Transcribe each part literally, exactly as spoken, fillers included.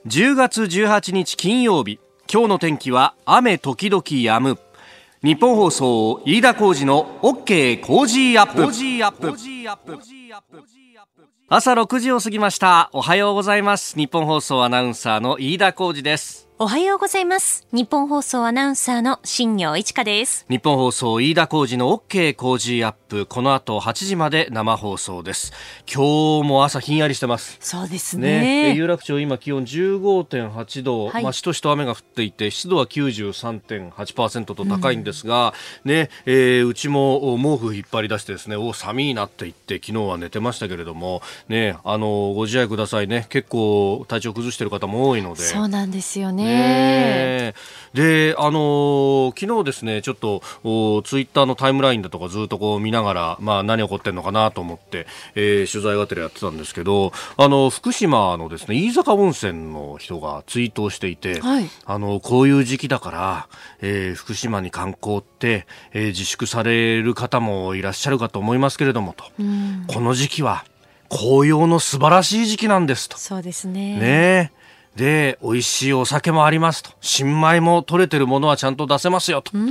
じゅうがつじゅうはちにち金曜日、今日の天気は雨時々止む。日本放送飯田浩司の OK 工事アップ。朝ろくじを過ぎました。おはようございます。日本放送アナウンサーの飯田浩司です。 おはようございます。日本放送アナウンサーの新業一華です。 日本放送飯田浩司の OK 工事アップ、この後はちじまで生放送です。今日も朝ひんやりしてます。 そうですね。 ね、有楽町今気温 じゅうごてんはちど、 はい、 まあ、しとしと雨が降っていて湿度は きゅうじゅうさんてんはちパーセント と高いんですが、うんねえー、うちも毛布引っ張り出してですね、お寒いなって言って昨日は寝てましたけれども、ね、あのご自愛くださいね。結構体調崩している方も多いので。 そうなんですよね。 ねで、あのー、昨日ですね、ちょっとツイッターのタイムラインだとかずっとこう見ながら、まあ、何起こってんのかなと思って、えー、取材がてらやってたんですけど、あの福島のですね飯坂温泉の人がツイートをしていて、はい、あのこういう時期だから、えー、福島に観光って、えー、自粛される方もいらっしゃるかと思いますけれどもと、うん、この時期は紅葉の素晴らしい時期なんですと。 そうですね。 ねで、美味しいお酒もありますと、新米も取れてるものはちゃんと出せますよと、うん、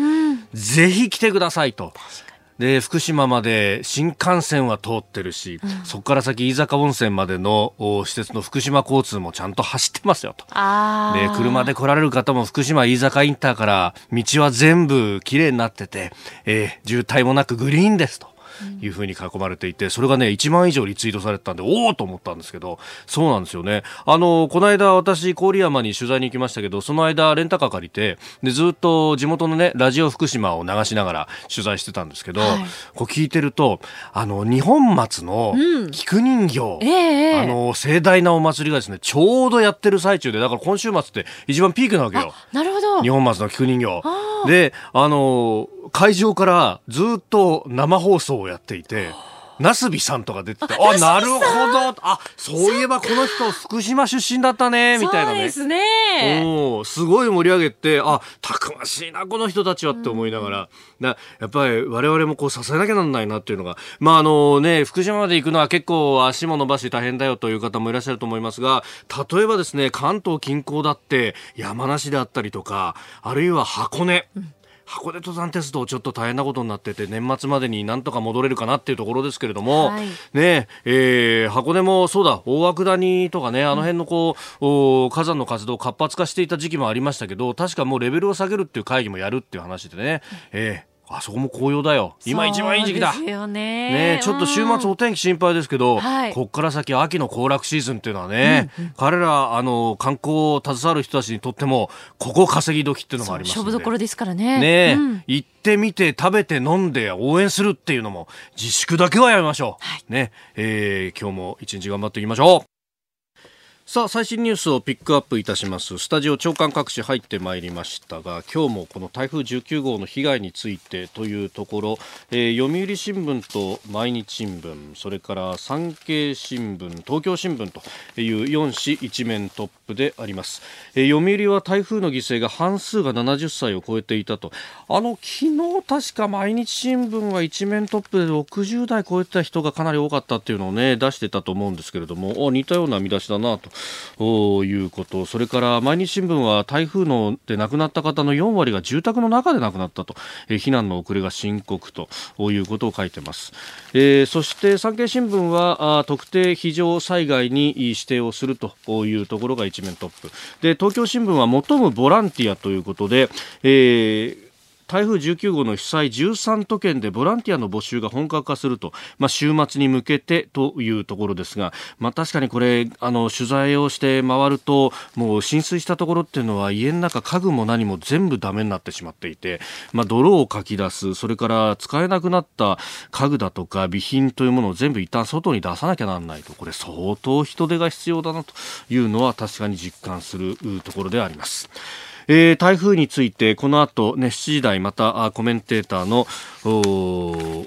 ぜひ来てくださいと。で、福島まで新幹線は通ってるし、うん、そこから先飯坂温泉までの施設の福島交通もちゃんと走ってますよと。あで、車で来られる方も福島飯坂インターから道は全部綺麗になってて、えー、渋滞もなくグリーンですというふうに囲まれていて、それがねいちまん以上リツイートされてたんで、おーと思ったんですけど、そうなんですよね。あのこの間私郡山に取材に行きましたけど、その間レンタカー借りて、でずっと地元のねラジオ福島を流しながら取材してたんですけど、はい、こう聞いてると、あの二本松の菊人形、うんえー、あの盛大なお祭りがですねちょうどやってる最中で、だから今週末って一番ピークなわけよ。 なるほど。 二本松の菊人形で、あの会場からずっと生放送をやっていて、なすびさんとか出てて、あ、なるほど、あ、そういえばこの人福島出身だったねみたいなね。 そうですね。 おすごい盛り上げて、あ、たくましいなこの人たちはって思いながら、うん、なやっぱり我々もこう支えなきゃなんないなっていうのが、まああのね、福島まで行くのは結構足も伸ばし大変だよという方もいらっしゃると思いますが、例えばですね関東近郊だって山梨であったりとか、あるいは箱根、うん箱根登山鉄道ちょっと大変なことになってて、年末までになんとか戻れるかなっていうところですけれども、はい、ねえー、箱根もそうだ、大涌谷とかね、あの辺のこう、うん、火山の活動活発化していた時期もありましたけど、確かもうレベルを下げるっていう会議もやるっていう話でね、えーあそこも紅葉だよ。今一番いい時期だ。 そうですよね。 ね、ちょっと週末お天気心配ですけど、はい、こっから先秋の行楽シーズンっていうのはね、うんうん、彼らあの観光を携わる人たちにとってもここ稼ぎ時っていうのもありますので、 勝負どころですからね。 ね、 うん、 行ってみて食べて飲んで応援するっていうのも自粛だけはやめましょう。はい、ね、えー、今日も一日頑張っていきましょう。さあ最新ニュースをピックアップいたします。スタジオ長官各紙入ってまいりましたが、今日もこの台風じゅうきゅうごうの被害についてというところ、えー、読売新聞と毎日新聞、それから産経新聞、東京新聞というよん紙一面トップであります。えー、読売は台風の犠牲が半数がななじゅっさいを超えていたと。あの昨日確か毎日新聞は一面トップでろくじゅうだい超えてた人がかなり多かったっていうのをね出してたと思うんですけれども、似たような見出しだなということ。それから毎日新聞は台風ので亡くなった方のよんわりが住宅の中で亡くなったと、えー、避難の遅れが深刻ということを書いてます。えー、そして産経新聞はあ特定非常災害に指定をするというところが一面トップで、東京新聞は求むボランティアということで、えー台風じゅうきゅうごうの被災じゅうさんとけんでボランティアの募集が本格化すると、まあ、週末に向けてというところですが、まあ、確かにこれあの取材をして回ると、もう浸水したところっていうのは家の中家具も何も全部ダメになってしまっていて、まあ、泥をかき出す、それから使えなくなった家具だとか備品というものを全部一旦外に出さなきゃならないと、これ相当人手が必要だなというのは確かに実感するところであります。えー、台風についてこの後、ね、しちじ台またコメンテーターの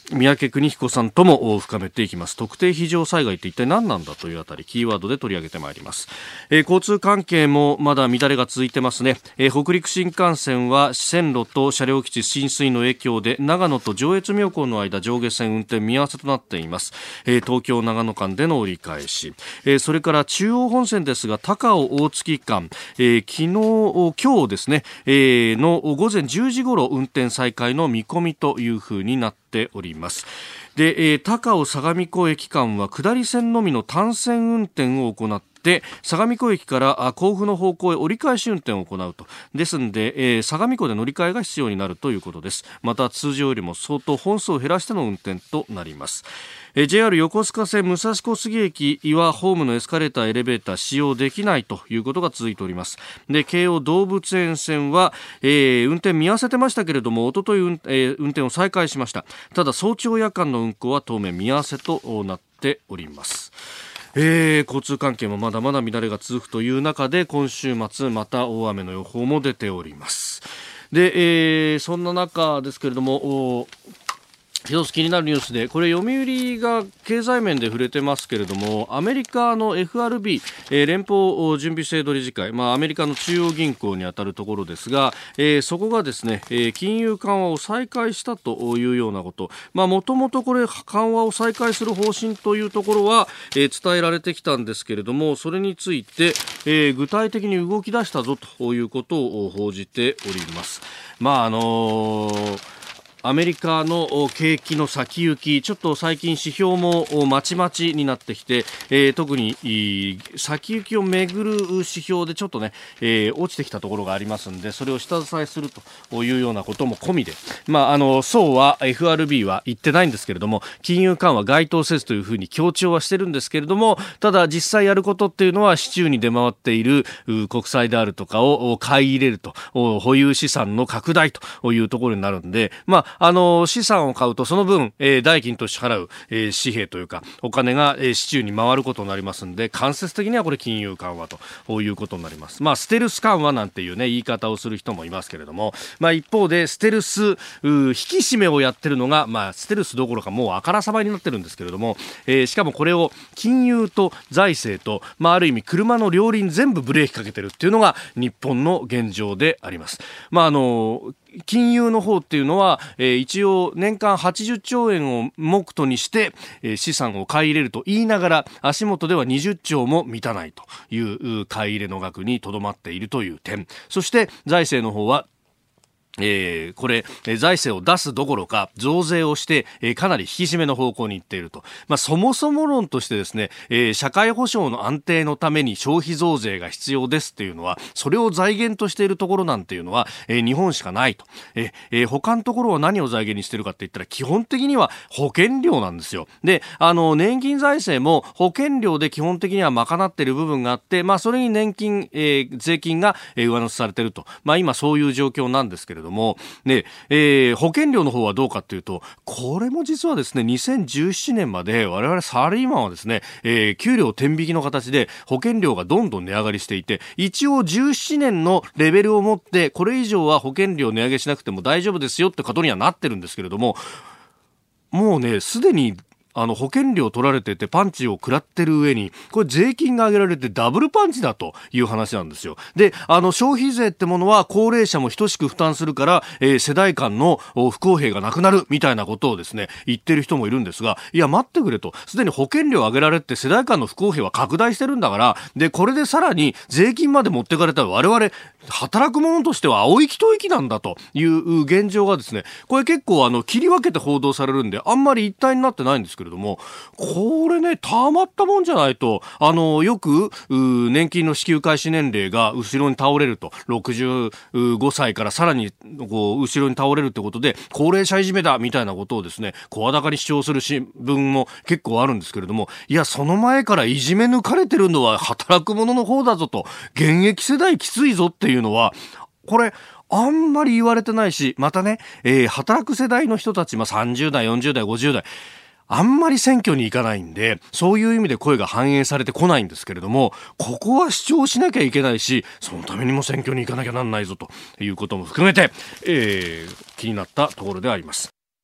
三宅邦彦さんとも深めていきます。特定非常災害って一体何なんだというあたりキーワードで取り上げてまいります。えー、交通関係もまだ乱れが続いてますね。えー、北陸新幹線は線路と車両基地浸水の影響で長野と上越妙高の間上下線運転見合わせとなっています。えー、東京長野間での折り返し、えー、それから中央本線ですが高尾大月間、えー、昨日今日ですね、えー、の午前じゅうじ頃運転再開の見込みというふうになっております。で、えー、高尾相模湖駅間は下り線のみの単線運転を行って相模湖駅から甲府の方向へ折り返し運転を行うと。ですので、えー、相模湖で乗り換えが必要になるということです。また通常よりも相当本数を減らしての運転となります。えー、ジェイアール 横須賀線武蔵小杉駅はホームのエスカレーターエレベーター使用できないということが続いております。で、京王動物園線は、えー、運転見合わせてましたけれどもおととい、運えー、運転を再開しました。ただ早朝夜間の運行は当面見合わせとなっております。えー、交通関係もまだまだ乱れが続くという中で今週末また大雨の予報も出ております。で、えー、そんな中ですけれども一つ気になるニュースでこれ読売が経済面で触れてますけれどもアメリカの エフアールビー、えー、連邦準備制度理事会、まあ、アメリカの中央銀行にあたるところですが、えー、そこがですね、えー、金融緩和を再開したというようなこと、もともとこれ緩和を再開する方針というところは、えー、伝えられてきたんですけれどもそれについて、えー、具体的に動き出したぞということを報じております。まああのーアメリカの景気の先行きちょっと最近指標もまちまちになってきて、えー、特に先行きをめぐる指標でちょっとね、えー、落ちてきたところがありますのでそれを下支えするというようなことも込みで、まあ、あのそうは エフアールビー は言ってないんですけれども金融緩和該当せずというふうに強調はしてるんですけれどもただ実際やることっていうのは市中に出回っている国債であるとかを買い入れると保有資産の拡大というところになるんでまああの資産を買うとその分、えー、代金として払う、えー、紙幣というかお金が、えー、市中に回ることになりますので間接的にはこれ金融緩和ということになります。まあステルス緩和なんていうね言い方をする人もいますけれども、まあ、一方でステルス引き締めをやってるのが、まあ、ステルスどころかもうあからさまになってるんですけれども、えー、しかもこれを金融と財政と、まあ、ある意味車の両輪全部ブレーキかけてるっていうのが日本の現状であります。まああの金融の方っていうのは、えー、一応年間はちじゅっちょうえんを目途にして、えー、資産を買い入れると言いながら足元ではにじゅっちょうも満たないという買い入れの額にとどまっているという点そして財政の方はえー、これ、えー、財政を出すどころか増税をして、えー、かなり引き締めの方向に行っていると、まあ、そもそも論としてですね、えー、社会保障の安定のために消費増税が必要ですっていうのはそれを財源としているところなんていうのは、えー、日本しかないと、えーえー、他のところは何を財源にしているかって言ったら基本的には保険料なんですよ。で、あの年金財政も保険料で基本的には賄っている部分があって、まあ、それに年金、えー、税金が、えー、上乗せされていると、まあ、今そういう状況なんですけれどももねえー、保険料の方はどうかというとこれも実はですねにせんじゅうななねんまで我々サラリーマンはですね、えー、給料天引きの形で保険料がどんどん値上がりしていて一応じゅうななねんのレベルを持ってこれ以上は保険料値上げしなくても大丈夫ですよってことにはなってるんですけれどももうねすでにあの保険料取られててパンチを食らってる上にこれ税金が上げられてダブルパンチだという話なんですよ。で、あの消費税ってものは高齢者も等しく負担するから、えー、世代間の不公平がなくなるみたいなことをですね言ってる人もいるんですがいや待ってくれとすでに保険料上げられて世代間の不公平は拡大してるんだからでこれでさらに税金まで持ってかれたら我々働く者としては青息吐息なんだという現状がですねこれ結構あの切り分けて報道されるんであんまり一体になってないんですけれどもこれねたまったもんじゃないとあのよく年金の支給開始年齢が後ろに倒れるとろくじゅうごさいからさらにこう後ろに倒れるってことで高齢者いじめだみたいなことをですね声高に主張する新聞も結構あるんですけれどもいやその前からいじめ抜かれてるのは働く者の方だぞと現役世代きついぞっていうのはこれあんまり言われてないしまたね、えー、働く世代の人たち、まあ、さんじゅうだいよんじゅうだいごじゅうだいあんまり選挙に行かないんでそういう意味で声が反映されてこないんですけれどもここは主張しなきゃいけないしそのためにも選挙に行かなきゃなんないぞということも含めて、えー、気になったところであります。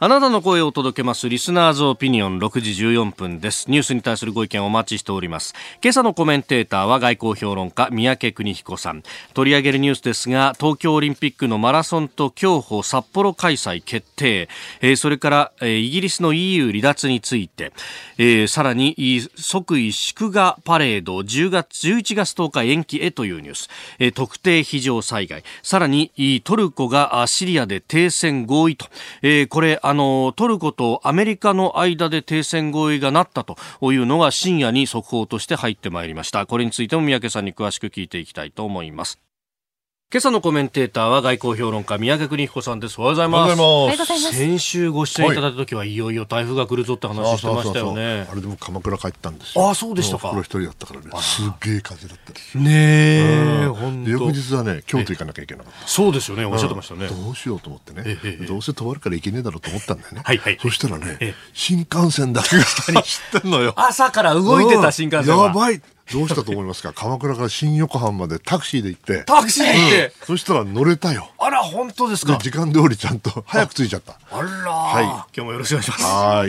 あなたの声を届けますリスナーズオピニオンろくじじゅうよんぷんです。ニュースに対するご意見をお待ちしております。今朝のコメンテーターは外交評論家三宅邦彦さん。取り上げるニュースですが、東京オリンピックのマラソンと競歩札幌開催決定、えー、それから、えー、イギリスの イーユー 離脱について、えー、さらに即位祝賀パレードじゅうがつじゅういちがつとおか延期へというニュース、えー、特定非常災害、さらにトルコがシリアで停戦合意と、えー、これあのトルコとアメリカの間で停戦合意がなったというのが深夜に速報として入ってまいりました。これについても三宅さんに詳しく聞いていきたいと思います。今朝のコメンテーターは外交評論家三宅邦彦さんです。おはようございます。 おはようございます。 先週ご出演いただいた時はいよいよ台風が来るぞって話してましたよね。 そうそうそうそう、あれでも鎌倉帰ったんですよ。 あ、そうでしたか。 袋一人だったからね、すげえ風だったですねえ、本当。 翌日はね京都行かなきゃいけなかった。 そうですよね、おっしゃってましたね。 どうしようと思ってね、 ええ、 どうせ止まるから行けねえだろうと思ったんだよね。 はいはい、 そしたらね、 ええ、 新幹線だけが走ってんのよ。 朝から動いてた新幹線がやばい。どうしたと思いますか。鎌倉から新横浜までタクシーで行ってタクシーで行って、 うん、そしたら乗れたよ。 あら、本当ですか。 時間通りちゃんと早く着いちゃった。 あら、 はい、 今日もよろしくお願いします。 はい。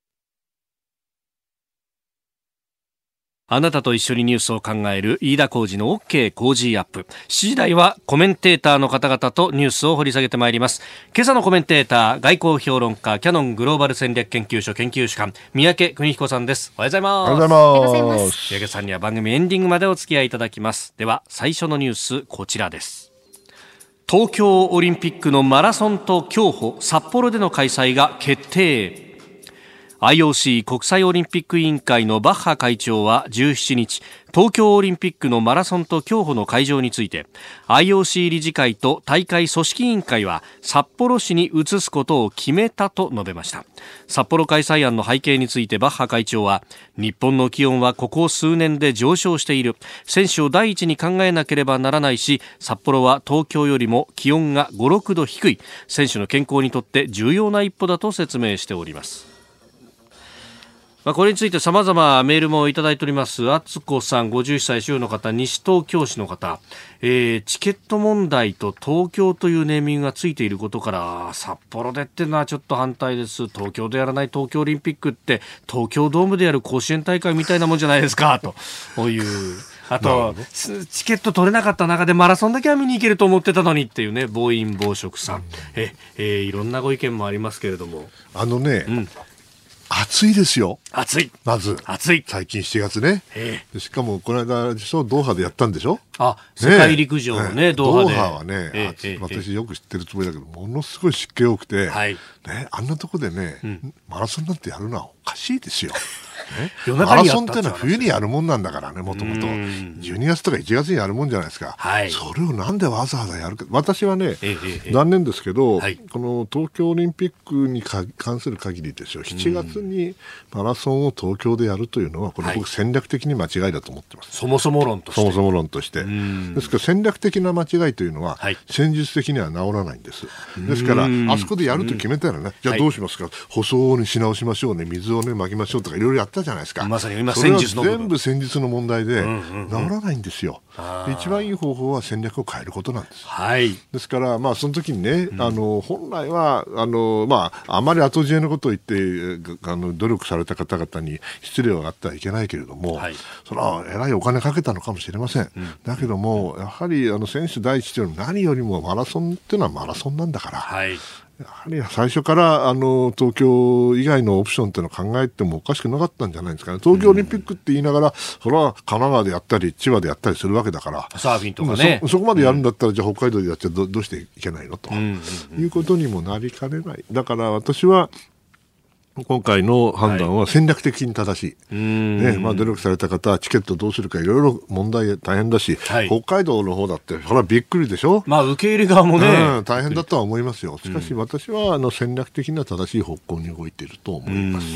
あなたと一緒にニュースを考える飯田浩司の OK 工事アップ。しちじ台はコメンテーターの方々とニュースを掘り下げてまいります。今朝のコメンテーター、外交評論家、キヤノングローバル戦略研究所研究主幹、三宅邦彦さんです。おはようございます。 おはようございます。 三宅さんには番組エンディングまでお付き合いいただきます。では最初のニュース、こちらです。東京オリンピックのマラソンと競歩札幌での開催が決定。アイオーシー 国際オリンピック委員会のバッハ会長はじゅうしちにち、東京オリンピックのマラソンと競歩の会場について アイオーシー 理事会と大会組織委員会は札幌市に移すことを決めたと述べました。札幌開催案の背景についてバッハ会長は、日本の気温はここ数年で上昇している、選手を第一に考えなければならないし、札幌は東京よりも気温がご、ろくど低い、選手の健康にとって重要な一歩だと説明しております。まあ、これについて様々メールもいただいております。あつこさん、ごじゅっさい主婦の方、西東京市の方、えー、チケット問題と東京というネーミングがついていることから札幌でっていうのはちょっと反対です。東京でやらない東京オリンピックって東京ドームでやる甲子園大会みたいなもんじゃないですかという。あとチケット取れなかった中でマラソンだけは見に行けると思ってたのにっていうね、暴飲暴食さん、え、えー、いろんなご意見もありますけれども、 あのね、 うん、 暑いですよ。 暑い。 まず暑い。 最近しちがつね。でしかもこの間ドーハでやったんでしょ。 あ、世界陸上の ね, ねドーハで。 ドーハはね、ええ、私よく知ってるつもりだけど、ものすごい湿気多くて、はい、ね、あんなとこでね、うん、マラソンなんてやるのはおかしいですよ。ね、マラソンってのは冬にやるもんなんだからね、もともとじゅうにがつとかいちがつにやるもんじゃないですか、はい、それをなんでわざわざやるか。私はね、ええ、残念ですけど、はい、この東京オリンピックに関する限りですよ、しちがつにマラソンを東京でやるというのは、これ僕戦略的に間違いだと思ってます、はい、 そもそも論として。 そもそも論としてですから、戦略的な間違いというのは、はい、戦術的には治らないんです。ですからあそこでやると決めたらね、じゃあどうしますか、はい、舗装にし直しましょうね、水をねまきましょうとかいろいろやったじゃないですか。 まさに今戦術の部分、 全部戦術の問題で治らないんですよ、うんうんうん、一番いい方法は戦略を変えることなんです、はい、ですから、まあ、その時にね、うん、あの本来はあの、まあ、あまり後知恵のことを言ってあの努力された方々に失礼があってはいけないけれども、はい、それはえらいお金かけたのかもしれません、うん、だけどもやはりあの選手第一というのは何よりもマラソンっていうのはマラソンなんだから、はい、やはり最初からあの東京以外のオプションっていうのを考えてもおかしくなかったんじゃないですかね。東京オリンピックって言いながら、それは神奈川でやったり千葉でやったりするわけだから、 サーフィンとかね、 そ, そこまでやるんだったら、うん、じゃあ北海道でやっちゃ ど, どうしていけないのと、うんうんうん、いうことにもなりかねない。だから私は今回の判断は戦略的に正しい、はい、ね、まあ、努力された方はチケットどうするかいろいろ問題大変だし、はい、北海道の方だってそれはびっくりでしょ、 まあ、受け入れ側もね、 うん、大変だとは思いますよ。しかし私はあの戦略的な正しい方向に動いていると思います。 うん、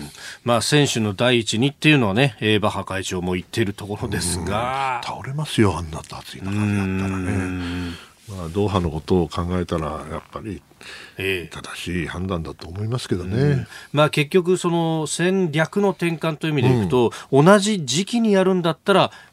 まあ、選手の第一にっていうのはね、バッハ会長も言っているところですが、 倒れますよ、あんな暑い中でやったらね。まあ、ドーハのことを考えたらやっぱり正しい判断だと思いますけどね、うん、 まあ、結局その戦略の転換という意味でいくと、うん、同じ時期にやるんだったら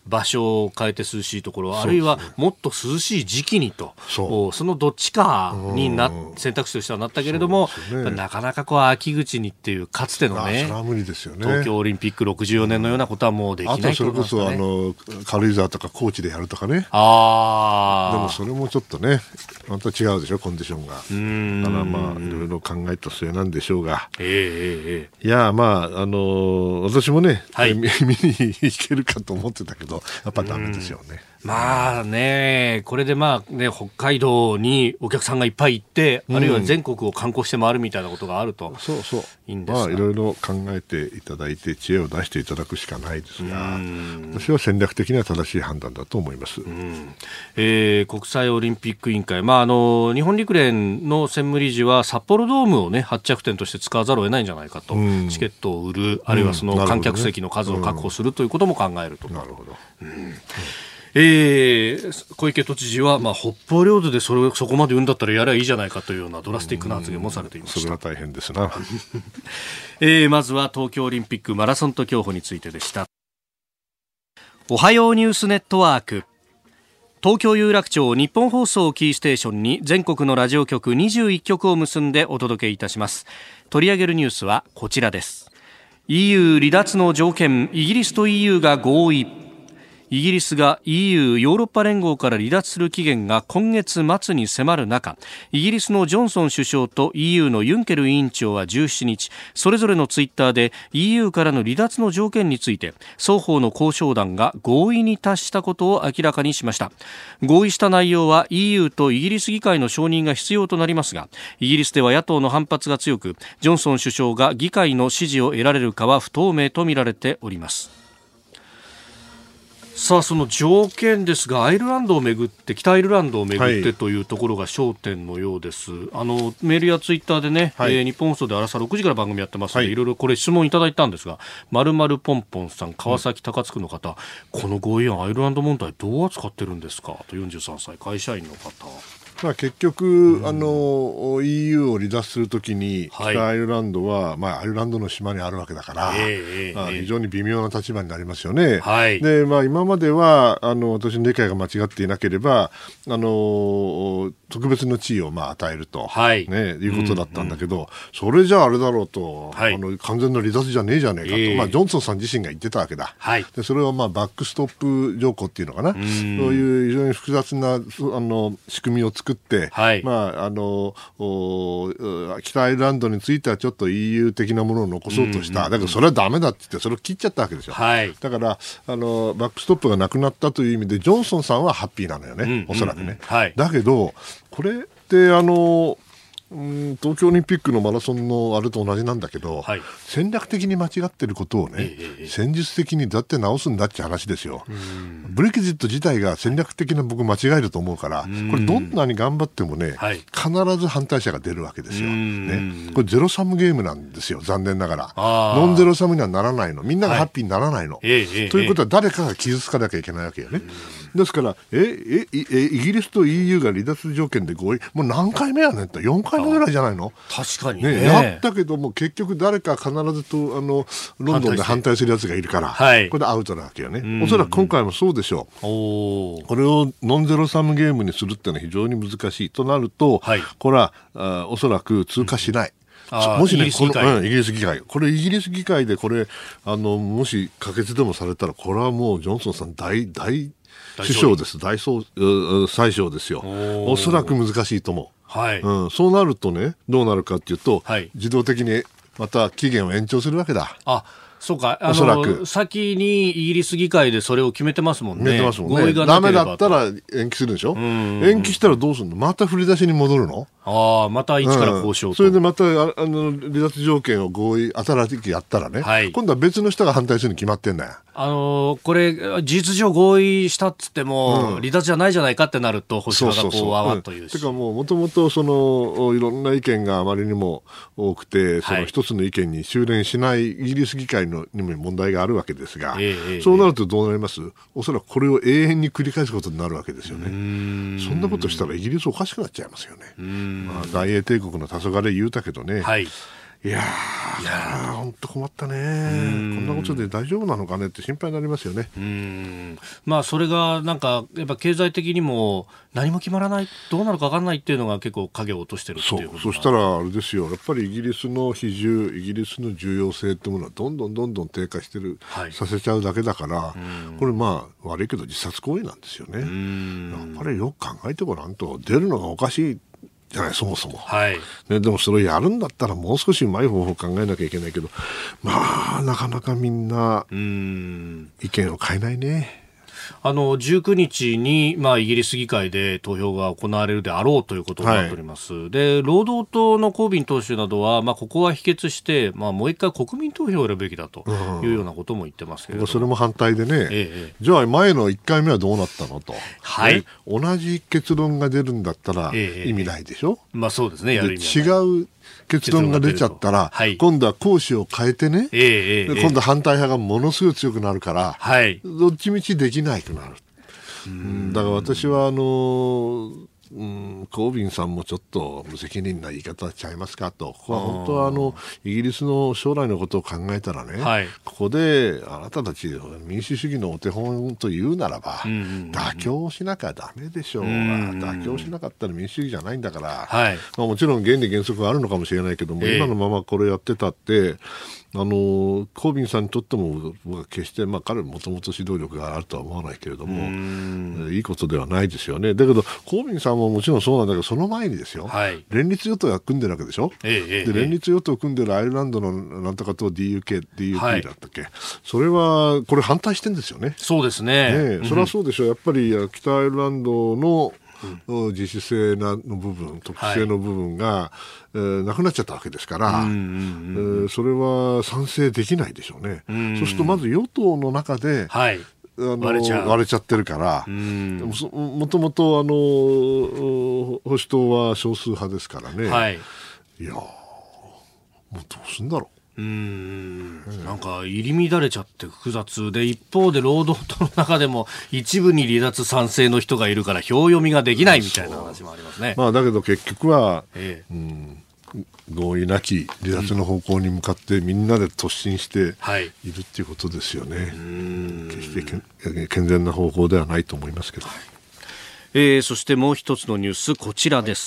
場所を変えて涼しいところ、あるいはもっと涼しい時期にと、そ, そのどっちかにな選択肢としてはなったけれども、ね、なかなかこう秋口にっていうかつてのね、 それは無理ですよね。 東京オリンピックろくじゅうよねんのようなことはもうできないと思います、ね、 あとそれこそあの軽井沢とか高知でやるとかね。 あでもそれもちょっとねまた違うでしょ、コンディションが。うーん、だからまあいろいろ考えた末なんでしょうが、 えーえー、 いやまああの私もね、 はい、 見に行けるかと思ってたけどやっぱダメですよね。 まあね、これでまあね、北海道にお客さんがいっぱい行って、うん、あるいは全国を観光して回るみたいなことがあると、 そうそう、 いいんですが、 まあいろいろ考えていただいて知恵を出していただくしかないですが、私は戦略的には正しい判断だと思います。うん、 えー、国際オリンピック委員会、まあ、あの日本陸連の専務理事は札幌ドームを、ね、発着点として使わざるを得ないんじゃないかと、うん、チケットを売る、あるいはその観客席の数を確保するということも考えると。 なるほど。うん、 えー、小池都知事は、まあ、北方領土でそれそこまで言うんだったらやればいいじゃないかというようなドラスティックな発言もされていました。 それは大変ですな、 えー、まずは東京オリンピックマラソンと競歩についてでした。おはようニュースネットワーク、東京有楽町日本放送キーステーションに全国のラジオ局にじゅういっきょくを結んでお届けいたします。取り上げるニュースはこちらです。 イーユー 離脱の条件、イギリスと イーユー が合意。イギリスが イーユー ヨーロッパ連合から離脱する期限が今月末に迫る中、イギリスのジョンソン首相と イーユー のユンケル委員長はじゅうしちにち、それぞれのツイッターで イーユー からの離脱の条件について双方の交渉団が合意に達したことを明らかにしました。合意した内容は イーユー とイギリス議会の承認が必要となりますが、イギリスでは野党の反発が強く、ジョンソン首相が議会の支持を得られるかは不透明とみられております。さあ、その条件ですが、アイルランドをめぐって北アイルランドをめぐってというところが焦点のようです、はい、あのメールやツイッターでね、はい、えー、日本放送で朝ろくじから番組やってますので、はい、いろいろこれ質問いただいたんですが、まるまるポンポンさん、川崎高津区の方、うん、この合意案アイルランド問題どう扱ってるんですかと、よんじゅうさんさい会社員の方。 まあ、結局、うん、あの イーユー を離脱するときに、はい、北アイルランドは、まあ、アイルランドの島にあるわけだから、えーまあ、非常に微妙な立場になりますよね。はい、でまあ、今まではあの私の理解が間違っていなければ、あの特別の地位をまあ与えると、はいね、いうことだったんだけど、うんうん、それじゃああれだろうと、はい、あの完全な離脱じゃねえじゃねえかと、えーまあ、ジョンソンさん自身が言ってたわけだ。はい、でそれをまあバックストップ条項っていうのかな、うん、そういう非常に複雑なあの仕組みを作って、はいまあ、あの北アイルランドについてはちょっと イーユー 的なものを残そうとした、うんうんうん、だけどそれはダメだって言ってそれを切っちゃったわけですよ。はい、だからあのバックストップがなくなったという意味でジョンソンさんはハッピーなのよね、うんうんうん、おそらくね。はい、だけどこれってあのうん東京オリンピックのマラソンのあれと同じなんだけど、はい、戦略的に間違ってることをね、ええ、戦術的にだって直すんだって話ですよ。ブレキジット自体が戦略的な僕間違えると思うから、これどんなに頑張ってもね、はい、必ず反対者が出るわけですよ、ね、これゼロサムゲームなんですよ、残念ながら。ノンゼロサムにはならないの、みんながハッピーにならないの、はい、ということは誰かが傷つかなきゃいけないわけよね。ですからえええイギリスと イーユー が離脱条件で合意、もう何回目やねんと、よんかいめぐらいじゃないの。 確かに ね, ねやったけども結局誰か必ずとあのロンドンで反対するやつがいるから、はい、これでアウトなわけよね。おそらく今回もそうでしょう。おこれをノンゼロサムゲームにするってのは非常に難しいとなると、はい、これはあおそらく通過しない、うん、もしね、イギリス議会、うん、イギリス議会、これイギリス議会でこれあのもし可決でもされたら、これはもうジョンソンさん大大首相です、大総裁相ですよ。おそらく難しいと思う。はいうん、そうなるとね、どうなるかというと、はい、自動的にまた期限を延長するわけだ。あそうか、あのおそらく先にイギリス議会でそれを決めてますもんね。 決めてますもんね。合意がダメだったら延期するでしょ。うんうんうん、延期したらどうするの、また振り出しに戻るの。 ああ、また一から交渉と、うん、 それでまたあの離脱条件を合意新しくやったらね、はい、今度は別の人が反対するに決まってんだよ。 あのー、これ事実上合意したっつっても、うん、離脱じゃないじゃないかってなると保守派がこうわわっというし、 てかもうもともとそのいろんな意見があまりにも多くて、その一つの意見に修練しないイギリス議会のにも問題があるわけですが、えー、そうなるとどうなります、おそらくこれを永遠に繰り返すことになるわけですよね。うーんそんなことしたらイギリスおかしくなっちゃいますよね。うーん、まあ、大英帝国の黄昏言うたけどね、はい、 いやー、本当困ったね。こんなことで大丈夫なのかねって心配になりますよね。 うーん、まあ、それがなんかやっぱ経済的にも何も決まらない、どうなるか分からないっていうのが結構影を落としてるっていうこと。 そう、そしたらあれですよ、やっぱりイギリスの比重、イギリスの重要性ってものはどんどんどんどん低下してる、はい、させちゃうだけだから、これまあ悪いけど自殺行為なんですよね。やっぱりよく考えてごらんと、出るのがおかしいじゃない、そもそも、はいね、でもそれをやるんだったらもう少しうまい方法を考えなきゃいけないけど、まあなかなかみんな意見を変えないね。 あのじゅうくにちに、まあ、イギリス議会で投票が行われるであろうということになっております、はい、で労働党のコービン党首などは、まあ、ここは否決して、まあ、もう一回国民投票をやるべきだというようなことも言ってますけれども、 それも反対でね、ええ、じゃあ前のいっかいめはどうなったのと、 はい、 同じ結論が出るんだったら意味ないでしょ、 ええ、まあ、そうですね、やる意味はない。違う結論が出ちゃったら、はい、今度は講師を変えてね、ええ、今度は反対派がものすごい強くなるから、はい、どっちみちできないくなる。うん、だから私はあの、うん、コービンさんもちょっと無責任な言い方ちゃいますかと、ここは本当はあのイギリスの将来のことを考えたらね、はい、ここであなたたち民主主義のお手本というならば、うんうんうん、妥協しなきゃダメでしょうが、うん、妥協しなかったら民主主義じゃないんだから、はい、まあ、もちろん原理原則はあるのかもしれないけども、えー、今のままこれやってたってあのコービンさんにとっても僕は決して、まあ、彼はもともと指導力があるとは思わないけれども、いいことではないですよね。だけどコービンさんももちろんそうなんだけど、その前にですよ、はい、連立与党が組んでるわけでしょ、ええ、で連立与党を組んでるアイルランドのなんとかと ディーユーケー、ディーユーピー だったっけ、はい、それはこれ反対してるんですよね。 そうですね、 ね、それはそうでしょう、やっぱり北アイルランドのうん、自主性の部分、特殊性の部分が、はい、えー、なくなっちゃったわけですから、うんうんうん、えー、それは賛成できないでしょうね。うんうん、そうするとまず与党の中で、はい、あの割れちゃう、割れちゃってるから、うん、もともとあの保守党は少数派ですからね、はい、いやもうどうすんだろう。 うーん、なんか入り乱れちゃって複雑で、一方で労働党の中でも一部に離脱賛成の人がいるから票読みができないみたいな話もありますね。 まあ、だけど結局は、ええ、うん、合意なき離脱の方向に向かってみんなで突進しているっていうことですよね、はい、うん、決して健全な方法ではないと思いますけど、はい、 えー、そしてもう一つのニュース、こちらです。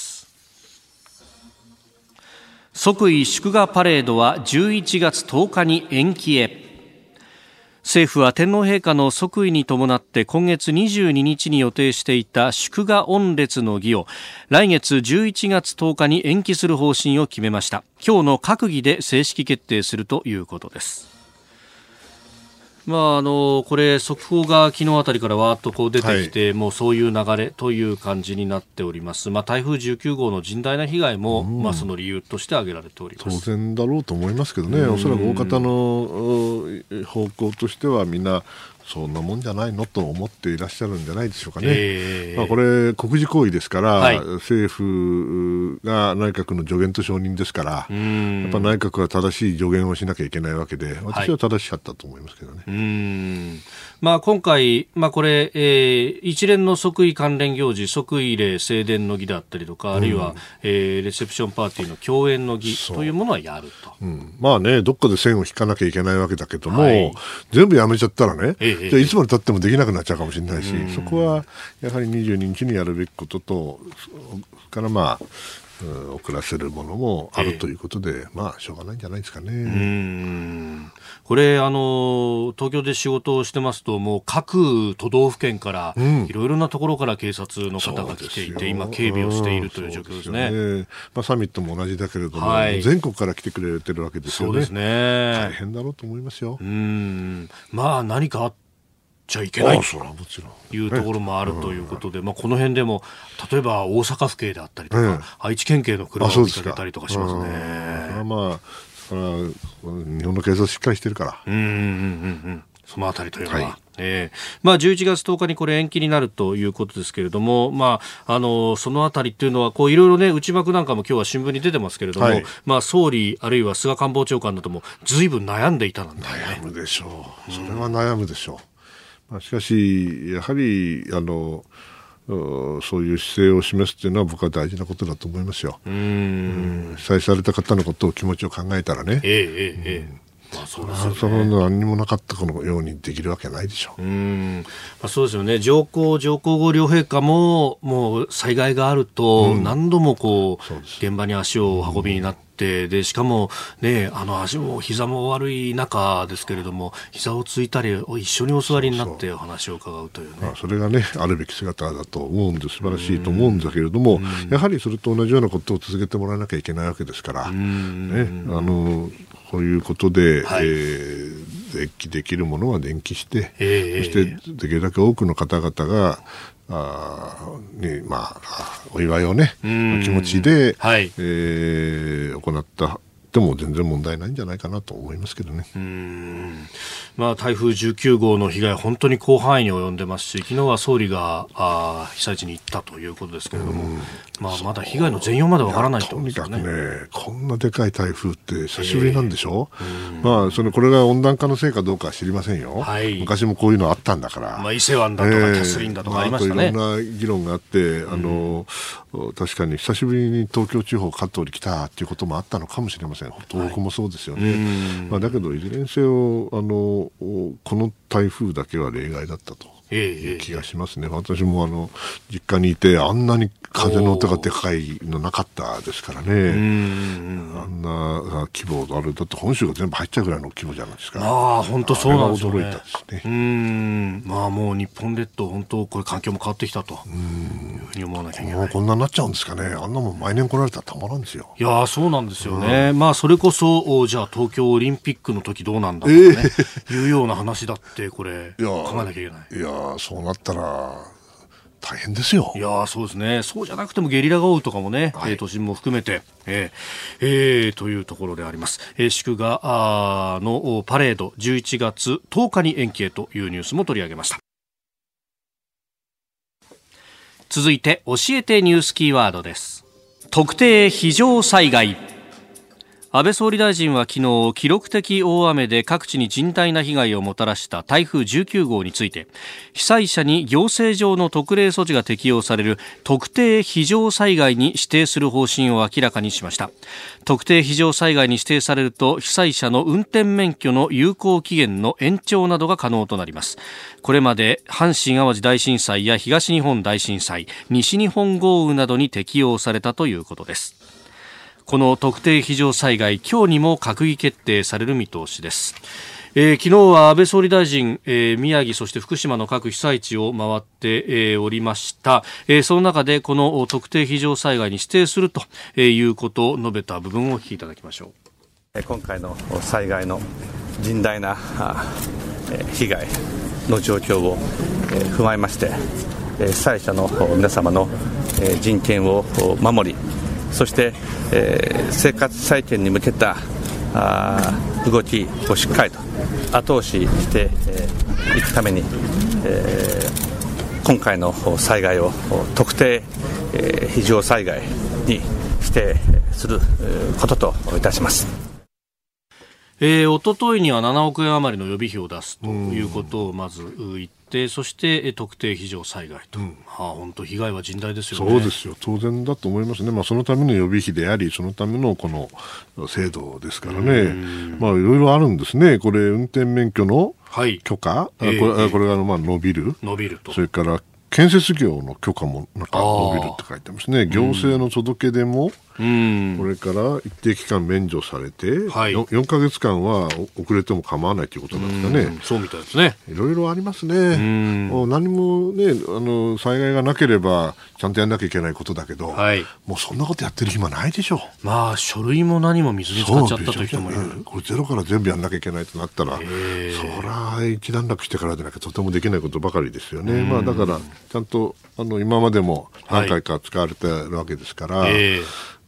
即位祝賀パレードはじゅういちがつとおかに延期へ。政府は天皇陛下の即位に伴って今月にじゅうににちに予定していた祝賀御列の儀を来月じゅういちがつとおかに延期する方針を決めました。今日の閣議で正式決定するということです。まあ、あのこれ速報が昨日あたりからわーっとこう出てきて、はい、もうそういう流れという感じになっております。まあ、台風じゅうきゅうごうの甚大な被害も、うん、まあ、その理由として挙げられております。 当然だろうと思いますけどね、おそらく大方の方向としてはみんなそんなもんじゃないのと思っていらっしゃるんじゃないでしょうかね、えーまあ、これ国事行為ですから、はい、政府が内閣の助言と承認ですから、やっぱ内閣は正しい助言をしなきゃいけないわけで、私は正しかったと思いますけどね、はい、うーん、まあ、今回、まあ、これ、えー、一連の即位関連行事、即位礼正殿の儀だったりとか、あるいは、うん、えー、レセプションパーティーの共演の儀というものはやると、 うん、まあね、どっかで線を引かなきゃいけないわけだけども、はい、全部やめちゃったらね、えーじゃあいつまで経ってもできなくなっちゃうかもしれないし、そこはやはりにじゅうににちにやるべきことと、からまあ、うん、遅らせるものもあるということで、えー、まあしょうがないんじゃないですかね。うーん、これあの東京で仕事をしてますと、もう各都道府県からいろいろなところから警察の方が来ていて、今警備をしているという状況ですね。 うん、ね、まあ、サミットも同じだけれども、はい、全国から来てくれてるわけですよね。そうですね、大変だろうと思いますよ。 うーん、まあ何かあってじゃいけないというところもあるということで、まあ、この辺でも例えば大阪府警であったりとか、うん、愛知県警の車を見かけたりとかしますね。それはまあ、それは日本の警察しっかりしてるから、うんうんうんうん、 そのあたりというのは、はい、えーまあ、じゅういちがつとおかにこれ延期になるということですけれども、まあ、あのそのあたりっていうのはこういろいろね、内幕なんかも今日は新聞に出てますけれども、はい、まあ、総理あるいは菅官房長官などもずいぶん悩んでいたなんだよね。 悩むでしょう、それは悩むでしょう。しかしやはりあのそういう姿勢を示すというのは僕は大事なことだと思いますよ。うーん、被災された方のことを気持ちを考えたらね、えーえーえーまあそうですよね、その何にもなかったかのようにできるわけないでしょう。 うーん、まあ、そうですよね。上皇上皇后両陛下ももう災害があると何度もこう、うん、現場に足をお運びになって、でしかもね、あの足も膝も悪い中ですけれども、膝をついたり一緒にお座りになってお話を伺うというね、 そうそう、まあ、それがねあるべき姿だと思うんで素晴らしいと思うんだけれども、やはりそれと同じようなことを続けてもらわなきゃいけないわけですから、ね、あのこういうことで、はい、えー、電気できるものは電気して、えー、そしてできるだけ多くの方々があに、まあ、お祝いをね気持ちで、はい、えー、行ったでも全然問題ないんじゃないかなと思いますけどね。 うーん、まあ、台風じゅうきゅう号の被害本当に広範囲に及んでますし、昨日は総理があ被災地に行ったということですけれども、まあ、まだ被害の全容までわからないと思うんですよね。 とにかくね、こんなでかい台風って久しぶりなんでしょ、えー、まあ、それこれが温暖化のせいかどうかは知りませんよ、はい、昔もこういうのあったんだから、 まあ、伊勢湾だとかキャスリンだとかありましたね、 えーまあ、いろんな議論があって、あの、うん、確かに久しぶりに東京地方関東に来たということもあったのかもしれません。東北もそうですよね、はい、まあ、だけどいずれにせよあのこの台風だけは例外だったという気がしますね。私もあの実家にいてあんなに風の音がでかいのなかったですからね。うん、あんな規模あれだって本州が全部入っちゃうぐらいの規模じゃないですか。 ああ、本当そうなんですよね。 驚いたですね。 うーん、まあ、もう日本列島本当これ環境も変わってきたというふうに思わなきゃいけない。 もうこんなになっちゃうんですかね。あんなもん毎年来られたらたまらんですよ。 いや、そうなんですよね、うん、まあ、それこそじゃあ東京オリンピックの時どうなんだとかね、えー、いうような話だってこれ考えなきゃいけない。 いや、そうなったら大変ですよ。 いや、そうですね。そうじゃなくてもゲリラ豪雨とかもね、はい、都心も含めて、えーえー、というところであります。えー、祝賀のパレードじゅういちがつとおかに延期へというニュースも取り上げました。続いて教えてニュースキーワードです。特定非常災害。安倍総理大臣は昨日、記録的大雨で各地に甚大な被害をもたらした台風じゅうきゅう号について、被災者に行政上の特例措置が適用される特定非常災害に指定する方針を明らかにしました。特定非常災害に指定されると、被災者の運転免許の有効期限の延長などが可能となります。これまで阪神淡路大震災や東日本大震災、西日本豪雨などに適用されたということです。この特定非常災害、今日にも閣議決定される見通しです。えー、昨日は安倍総理大臣、えー、宮城そして福島の各被災地を回って、えー、おりました。えー、その中でこの特定非常災害に指定するということを述べた部分をお聞きいただきましょう。今回の災害の甚大な被害の状況を踏まえまして、被災者の皆様の人権を守り、そして、えー、生活再建に向けたあ動きをしっかりと後押ししてい、えー、くために、えー、今回の災害を特定、えー、非常災害に指定することといたします。 えー、おとといにはななおくえん余りの予備費を出すということをまず言って、そして特定非常災害と、うん、はあ、本当被害は甚大ですよね。 そうですよ、当然だと思いますね。まあ、そのための予備費であり、そのためのこの制度ですからね、まあ、いろいろあるんですね。これ運転免許の許可、はい、えー、これ、これがまあ伸びる、 伸びると、 それから建設業の許可もなんか伸びるって書いてますね。行政の届け出もうん、これから一定期間免除されて、はい、よんかげつかんは遅れても構わないということなんですかね。 うん、そうみたいですね。 いろいろありますね。うんもう何もね、あの災害がなければちゃんとやんなきゃいけないことだけど、はい、もうそんなことやってる暇ないでしょう。 まあ書類も何も水に浸かっちゃったという人もいる。 これゼロから全部やんなきゃいけないとなったら、そりゃ一段落してからでなきゃとてもできないことばかりですよね。まあ、だからちゃんとあの今までも何回か使われてるわけですから、はい、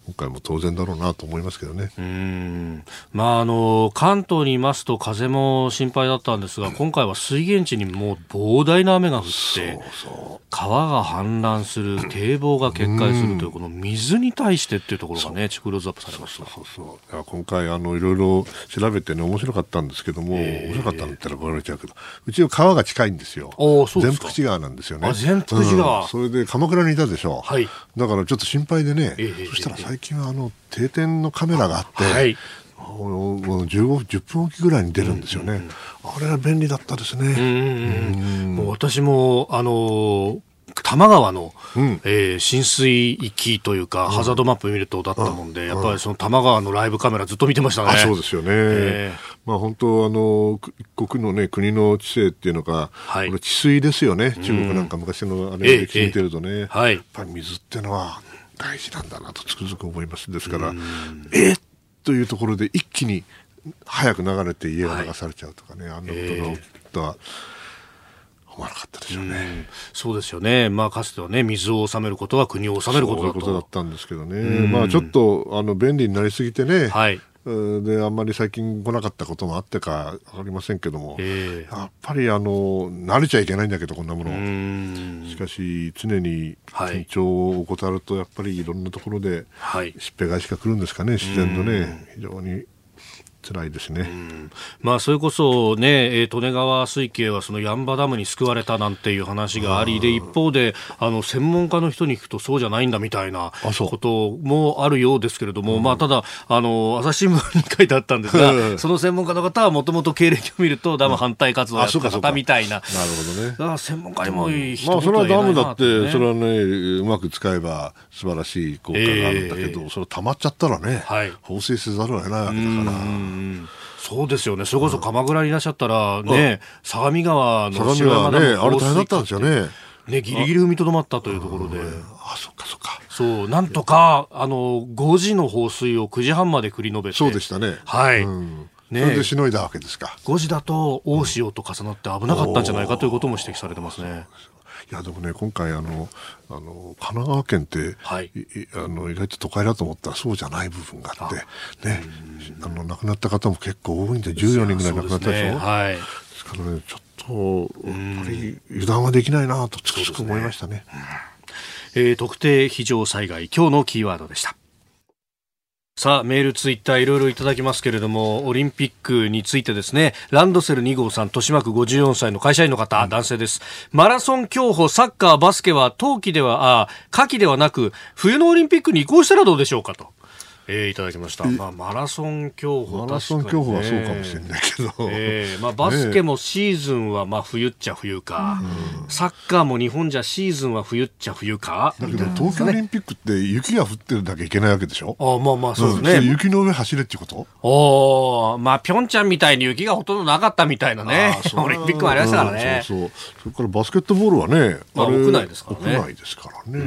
今回も当然だろうなと思いますけどね。 うーん、まあ、あの関東にいますと風も心配だったんですが、今回は水源地にもう膨大な雨が降って、そうそう、川が氾濫する、堤防が決壊するという、この水に対してっていうところがね、クローズアップされました。 そうそうそう、今回あのいろいろ調べてね、面白かったんですけども、えー、面白かったんだったら怒られちゃうけど、うちの川が近いんですよ。善福寺川なんですよね。 あ、善福寺川、 うん、それで鎌倉にいたでしょ、はい、だからちょっと心配でね、えー、そしたら最近はあの定点のカメラがあって、はい、じゅうご、じゅっぷんおきぐらいに出るんですよね、うんうんうん、あれは便利だったですね。うんうんうん、もう私もあのー多摩川の、うんえー、浸水域というか、うん、ハザードマップ見るとだったもんで、うん、やっぱりその多摩川のライブカメラずっと見てましたね。 あ、そうですよね、えーまあ、本当あの一国の、ね、国の知性っていうのか、はい、これ治水ですよね。中国なんか昔のあれ歴史見てるとね、えーえーはい、やっぱり水ってのは大事なんだなとつくづく思います。ですからえー、というところで一気に早く流れて家が流されちゃうとかね、はい、あんなことが起きた、えー思わなかったでしょうね。うん、 そうですよね。まあ、かつてはね、水を治めることは国を治めることだと。 そういうことだったんですけどね。うん、まあ、ちょっとあの便利になりすぎてね、はい、であんまり最近来なかったこともあってか分かりませんけども、えー、やっぱりあの慣れちゃいけないんだけど、こんなもの。うんしかし常に緊張を怠るとやっぱりいろんなところでしっぺ返しが来るんですかね、自然のね、非常に。辛いですね。うん、 まあ、それこそね、えー、利根川水系はその八ッ場ダムに救われたなんていう話がありで、一方であの専門家の人に聞くとそうじゃないんだみたいなこともあるようですけれども、まあ、ただあの朝日新聞に書いてあったんですがその専門家の方はもともと経歴を見るとダム反対活動をやった方みたいな、 なるほどね。 だから専門家にもいい人、 まあ、それはダムだって、それはねうまく使えば素晴らしい効果があるんだけど、えー、それ溜まっちゃったらね、はい、放水せざるを得ないわけだから。うんそうですよね。それこそ鎌倉にいらっしゃったらね、相模川の相模川ね、あれ大変だったんですよね。 ね、ギリギリ踏みとどまったというところで、 あ、そっかそっか。 そう、なんとかあのごじの放水をくじはんまで繰り延べて、 そうでしたね。 はい。 うんね、それでしのいだわけですか。 ごじだと大潮と重なって危なかったんじゃないかということも指摘されてますね。 いやでもね、今回あのあの神奈川県って、はい、あの意外と都会だと思ったらそうじゃない部分があってね、あの亡くなった方も結構多いんでじゅうよにんぐらい亡くなったでしょ。ですね、はい、ですからね、ちょっとやっぱり油断はできないなとつくづく思いましたね。 うん、えー、特定非常災害、今日のキーワードでした。さあ、メールツイッターいろいろいただきますけれども、オリンピックについてですね、ランドセルに号さん、豊島区ごじゅうよんさいの会社員の方、うん、男性です。マラソン、競歩、サッカー、バスケは冬季ではあ夏季ではなく冬のオリンピックに移行したらどうでしょうかと、えー、いただきました。まあ、マラソン競歩、 マラソン競歩はそうかもしれないけど、 えーまあ、バスケもシーズンはまあ冬っちゃ冬か、うん、サッカーも日本じゃシーズンは冬っちゃ冬か。 だけど東京オリンピックって雪が降ってるだけいけないわけでしょ。 あ、まあまあそうですね、うん、 雪の上走れってこと。 お、まあピョンチャンみたいに雪がほとんどなかったみたいなね、オリンピックもありましたからね、 うん、そうそう。それからバスケットボールはね、 まあ、屋内ですからね。 屋内ですからね。 うん、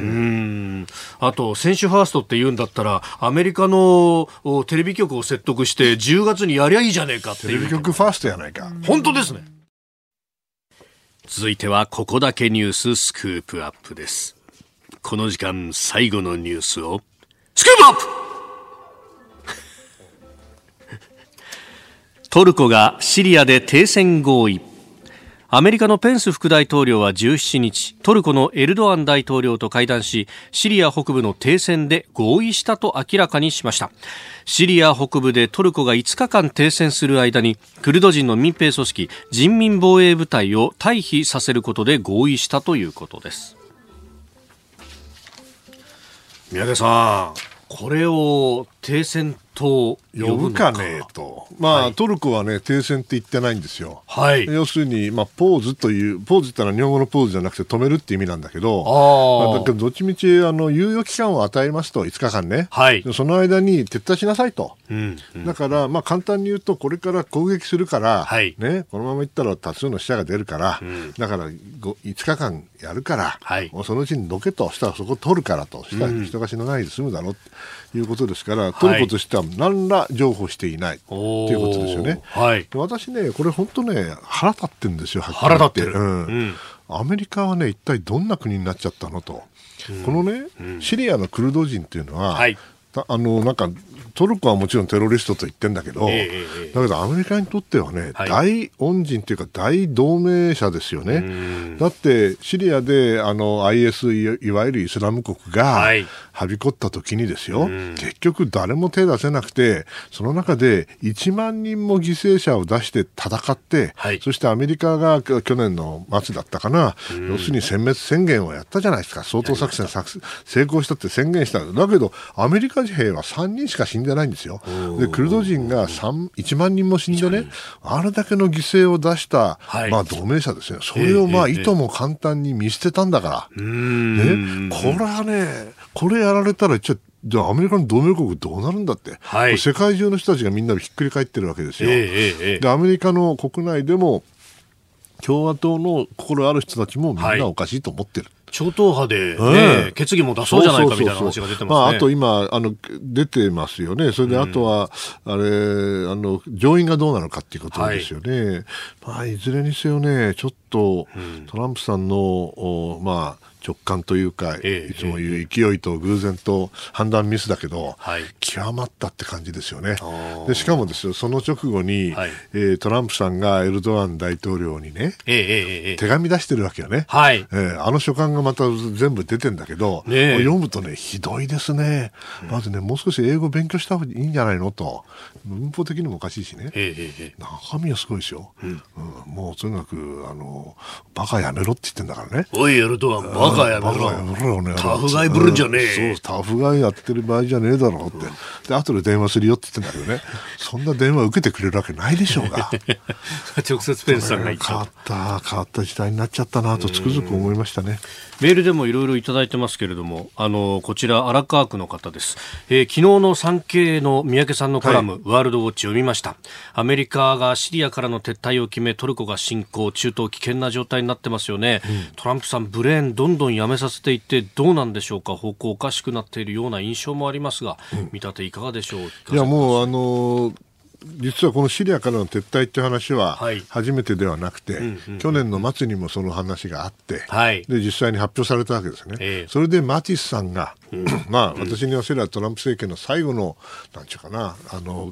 あと選手ファーストって言うんだったらアメリカのテレビ局を説得してじゅうがつにやりゃいいじゃねえかっていう。 テレビ局ファーストやないか。 本当ですね。続いてはここだけニューススクープアップです。この時間最後のニュースをスクープアップトルコがシリアで停戦合意。アメリカのペンス副大統領はじゅうしちにち、トルコのエルドアン大統領と会談し、シリア北部の停戦で合意したと明らかにしました。シリア北部でトルコがいつかかん停戦する間に、クルド人の民兵組織人民防衛部隊を退避させることで合意したということです。宮家さん、これを停戦と呼ぶかねと、まあ、はい、トルコはね停戦って言ってないんですよ、 はい、 要するに、まあ、ポーズというポーズってのは日本語のポーズじゃなくて止めるって意味なんだけど、あ、まあ、だけどどっちみちあの猶予期間を与えますといつかかんね、はい、その間に撤退しなさいと、うんうん、だから、まあ、簡単に言うとこれから攻撃するから、はいね、このままいったら多数の死者が出るから、うん、だからいつかかんやるから、はい、もうそのうちにどけとしたらそこ取るからとしたら人が死なないで済むだろうということですから、うん、トルコとしては何ら譲歩していないということですよね、はい、私ねこれ本当ね腹立ってるんですよ。はっきり言って腹立ってる、うんうん、アメリカはね一体どんな国になっちゃったのと、うん、このね、うん、シリアのクルド人というのは、はい、 あのなんかトルコはもちろんテロリストと言ってるんだけど、えー、だけどアメリカにとってはね、はい、大恩人というか大同盟者ですよね。だってシリアであの アイエス い, いわゆるイスラム国がはびこった時にですよ、結局誰も手出せなくて、その中でいちまんにんも犠牲者を出して戦って、はい、そしてアメリカが去年の末だったかな、要するに殲滅宣言をやったじゃないですか。掃討作戦成功したって宣言したんだ。だけどアメリカ兵はさんにんしか死んでないんですよ。でクルド人がいちまんにんも死んでね、あれだけの犠牲を出した、はい、まあ、同盟者ですね。それをまあ、えー、いとも簡単に見捨てたんだから、ね、これはね、これやられたらじゃあアメリカの同盟国どうなるんだって、はい、世界中の人たちがみんなひっくり返ってるわけですよ、えーえー、でアメリカの国内でも共和党の心ある人たちもみんなおかしいと思ってる、はい、 超党派で、ね、うん、決議も出そうじゃないかみたいな話が出てますね。まあ、 あと今あの出てますよね。それであとは、うん、あれあの上院がどうなのかっていうことですよね、はい。まあ、いずれにせよね、ちょっとトランプさんの、まあ直感というか、ええ、いつも言う勢いと偶然と判断ミスだけど、はい、極まったって感じですよね。でしかもですよ、その直後に、はい、えー、トランプさんがエルドアン大統領にね、ええ、手紙出してるわけよね、はい、えー、あの書簡がまた全部出てんだけど、ね、読むとねひどいですね、うん、まずねもう少し英語勉強した方がいいんじゃないのと、文法的にもおかしいしね、ええ、中身はすごいですよ、うんうん、もうとにかくあのバカやめろって言ってんだからね。 おいエルドアンバカやめろ、ね、タフガイぶるんじゃねえ、 うん、そうタフガイやってる場合じゃねえだろうって、うん、で後で電話するよって言ってんだけどね、そんな電話受けてくれるわけないでしょうが直接ペンスさんが言っちゃう。 変わった変わった時代になっちゃったなとつくづく思いましたね。 メールでもいろいろいただいてますけれども、あのこちら荒川区の方です、えー、昨日の産経の三宅さんのコラム、はい、ワールドウォッチ読みました。アメリカがシリアからの撤退を決め、トルコが侵攻、中東危険な状態になってますよね、うん、トランプさんブレーンどんどんやめさせていってどうなんでしょうか。方向おかしくなっているような印象もありますが、うん、見立ていかがでしょう。 いやもうあのー実はこのシリアからの撤退という話は初めてではなくて、はい、うんうん、去年の末にもその話があって、はい、で実際に発表されたわけですね、えー、それでマティスさんが、うんまあ、私に言わせればトランプ政権の最後のなんちゅうかな、あの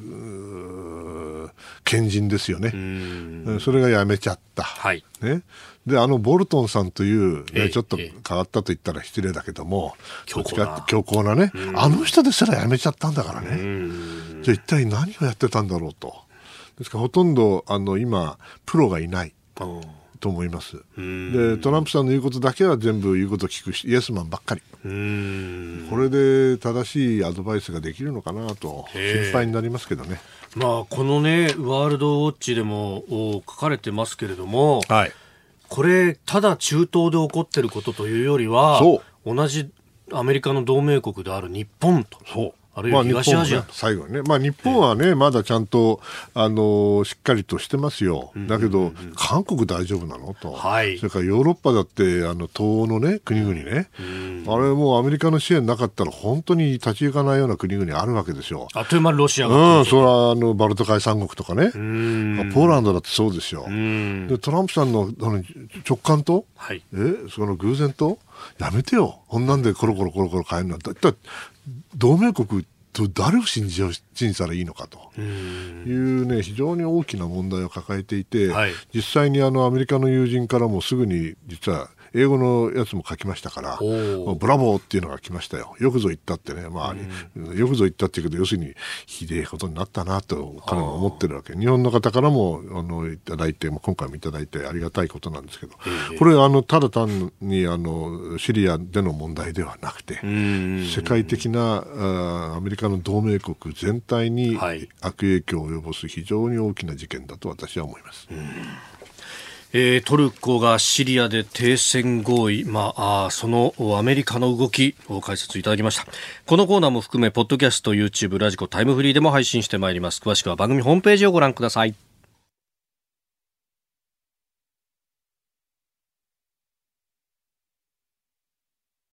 賢人ですよね。うんそれがやめちゃった、はいね、であのボルトンさんという、ねえー、ちょっと変わったと言ったら失礼だけども、えー、強硬な、強硬なね、あの人ですらやめちゃったんだからね。じゃあ一体何をやってたんだろうと。ですからほとんどあの今プロがいないと思います。でトランプさんの言うことだけは全部言うこと聞くしイエスマンばっかり。うーんこれで正しいアドバイスができるのかなと心配になりますけどね。 まあ、このねワールドウォッチでも書かれてますけれども、はい、これただ中東で起こってることというよりは同じアメリカの同盟国である日本とそうあるいは東アジア、 まあ、日本ね、最後にね、まあ、日本はね、えー、まだちゃんと、あのー、しっかりとしてますよ、うんうんうん、だけど韓国大丈夫なのと、はい、それからヨーロッパだってあの東欧の、ね、国々ね、うん、あれもうアメリカの支援なかったら本当に立ち行かないような国々あるわけですよ。 あっという間にロシアが、 うん、それはあのバルト海三国とかね、うん、ポーランドだってそうですよ、うん、でトランプさんのあの直感と、はい、えその偶然とやめてよ、こんなんでコロコロコロコロ変えるなんて同盟国と誰を信じ信じたらいいのかという、ね、非常に大きな問題を抱えていて、はい、実際にあのアメリカの友人からもすぐに実は英語のやつも書きましたから、ブラボーっていうのが来ましたよ。よくぞ言ったってね、まあ、うん、よくぞ言ったっていうけど要するにひでえことになったなと彼は思ってるわけ。日本の方からもあのいただいて、今回もいただいてありがたいことなんですけど、これあのただ単にあのシリアでの問題ではなくて、世界的なあアメリカの同盟国全体に悪影響を及ぼす非常に大きな事件だと私は思います。うんえー、トルコがシリアで停戦合意、まあ、あそのアメリカの動きを解説いただきました。このコーナーも含めポッドキャスト、YouTube、ラジコ、タイムフリーでも配信してまいります。詳しくは番組ホームページをご覧ください。